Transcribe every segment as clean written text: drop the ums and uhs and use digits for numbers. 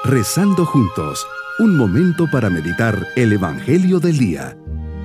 Rezando juntos, un momento para meditar el Evangelio del día.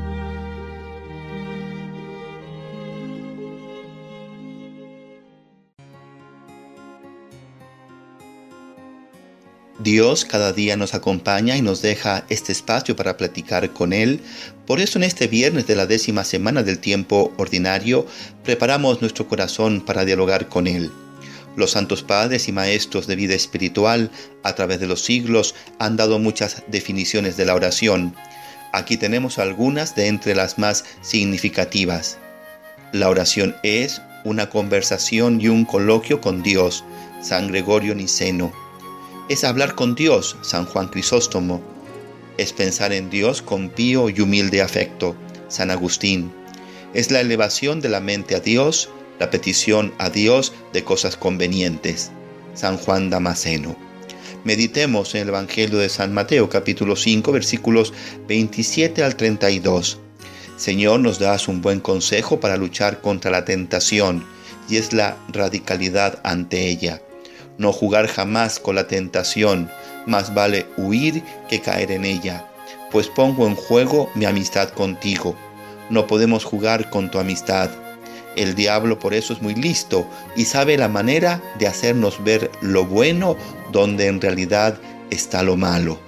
Dios cada día nos acompaña y nos deja este espacio para platicar con Él. Por eso en este viernes de la 10ª semana del tiempo ordinario, preparamos nuestro corazón para dialogar con Él. Los santos padres y maestros de vida espiritual a través de los siglos han dado muchas definiciones de la oración. Aquí tenemos algunas de entre las más significativas. La oración es una conversación y un coloquio con Dios, San Gregorio Niceno. Es hablar con Dios, San Juan Crisóstomo. Es pensar en Dios con pío y humilde afecto, San Agustín. Es la elevación de la mente a Dios, la petición a Dios de cosas convenientes, San Juan Damasceno. Meditemos en el Evangelio de San Mateo, capítulo 5, versículos 27 al 32. Señor, nos das un buen consejo para luchar contra la tentación, y es la radicalidad ante ella. No jugar jamás con la tentación, más vale huir que caer en ella, pues pongo en juego mi amistad contigo. No podemos jugar con tu amistad. El diablo por eso es muy listo y sabe la manera de hacernos ver lo bueno donde en realidad está lo malo.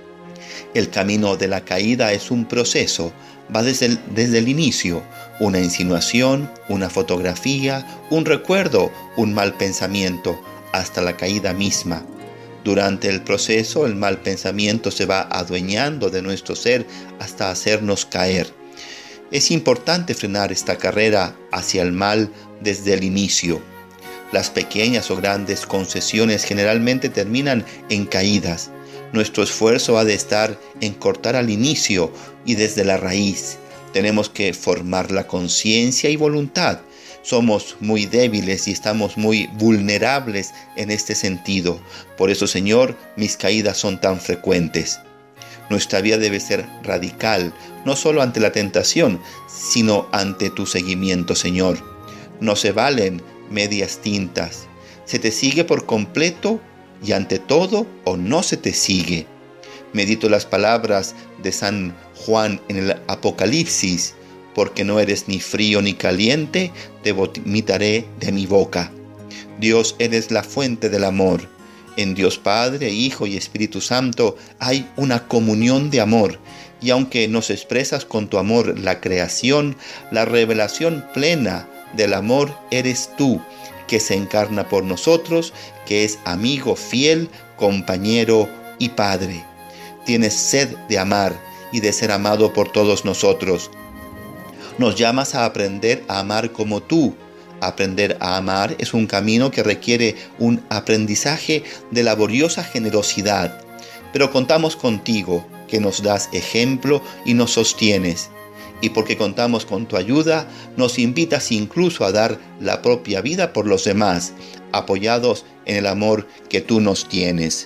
El camino de la caída es un proceso, va desde el inicio, una insinuación, una fotografía, un recuerdo, un mal pensamiento, hasta la caída misma. Durante el proceso, el mal pensamiento se va adueñando de nuestro ser hasta hacernos caer. Es importante frenar esta carrera hacia el mal desde el inicio. Las pequeñas o grandes concesiones generalmente terminan en caídas. Nuestro esfuerzo ha de estar en cortar al inicio y desde la raíz. Tenemos que formar la conciencia y voluntad. Somos muy débiles y estamos muy vulnerables en este sentido. Por eso, Señor, mis caídas son tan frecuentes. Nuestra vida debe ser radical, no solo ante la tentación, sino ante tu seguimiento, Señor. No se valen medias tintas. Se te sigue por completo y ante todo o no se te sigue. Medito las palabras de San Juan en el Apocalipsis. Porque no eres ni frío ni caliente, te vomitaré de mi boca. Dios, eres la fuente del amor. En Dios Padre, Hijo y Espíritu Santo hay una comunión de amor, y aunque nos expresas con tu amor la creación, la revelación plena del amor eres tú, que se encarna por nosotros, que es amigo fiel, compañero y Padre. Tienes sed de amar y de ser amado por todos nosotros. Nos llamas a aprender a amar como tú. Aprender a amar es un camino que requiere un aprendizaje de laboriosa generosidad. Pero contamos contigo, que nos das ejemplo y nos sostienes. Y porque contamos con tu ayuda, nos invitas incluso a dar la propia vida por los demás, apoyados en el amor que tú nos tienes.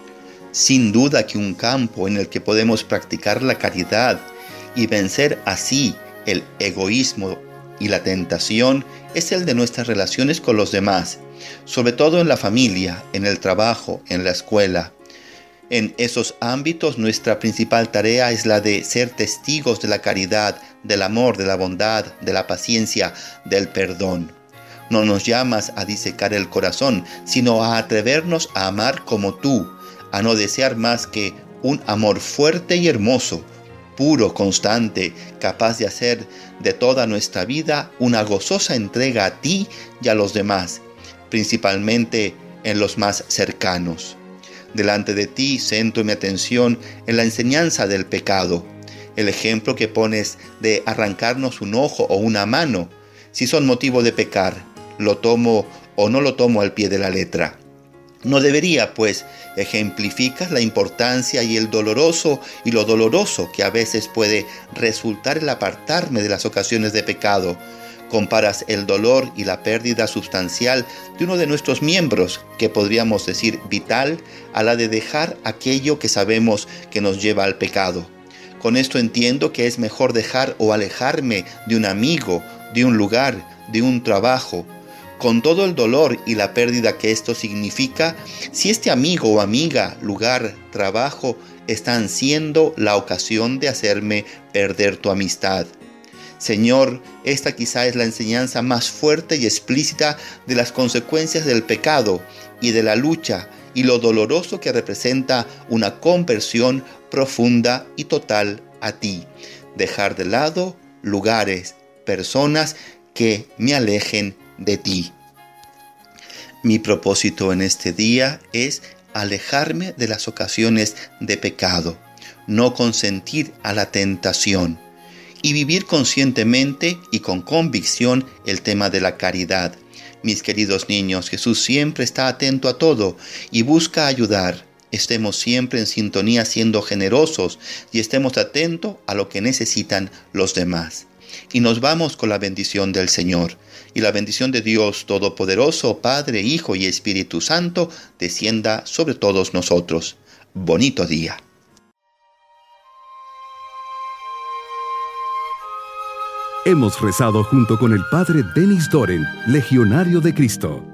Sin duda que un campo en el que podemos practicar la caridad y vencer así el egoísmo y la tentación es el de nuestras relaciones con los demás, sobre todo en la familia, en el trabajo, en la escuela. En esos ámbitos nuestra principal tarea es la de ser testigos de la caridad, del amor, de la bondad, de la paciencia, del perdón. No nos llamas a disecar el corazón, sino a atrevernos a amar como tú, a no desear más que un amor fuerte y hermoso, puro, constante, capaz de hacer de toda nuestra vida una gozosa entrega a ti y a los demás, principalmente en los más cercanos. Delante de ti centro mi atención en la enseñanza del pecado, el ejemplo que pones de arrancarnos un ojo o una mano. Si son motivo de pecar, ¿lo tomo o no lo tomo al pie de la letra? No debería, pues, ejemplificas la importancia y lo doloroso que a veces puede resultar el apartarme de las ocasiones de pecado. Comparas el dolor y la pérdida sustancial de uno de nuestros miembros, que podríamos decir vital, a la de dejar aquello que sabemos que nos lleva al pecado. Con esto entiendo que es mejor dejar o alejarme de un amigo, de un lugar, de un trabajo, con todo el dolor y la pérdida que esto significa, si este amigo o amiga, lugar, trabajo, están siendo la ocasión de hacerme perder tu amistad. Señor, esta quizá es la enseñanza más fuerte y explícita de las consecuencias del pecado y de la lucha y lo doloroso que representa una conversión profunda y total a ti. Dejar de lado lugares, personas que me alejen de ti. Mi propósito en este día es alejarme de las ocasiones de pecado, no consentir a la tentación y vivir conscientemente y con convicción el tema de la caridad. Mis queridos niños, Jesús siempre está atento a todo y busca ayudar. Estemos siempre en sintonía siendo generosos y estemos atentos a lo que necesitan los demás. Y nos vamos con la bendición del Señor. Y la bendición de Dios Todopoderoso, Padre, Hijo y Espíritu Santo, descienda sobre todos nosotros. Bonito día. Hemos rezado junto con el Padre Denis Doren, Legionario de Cristo.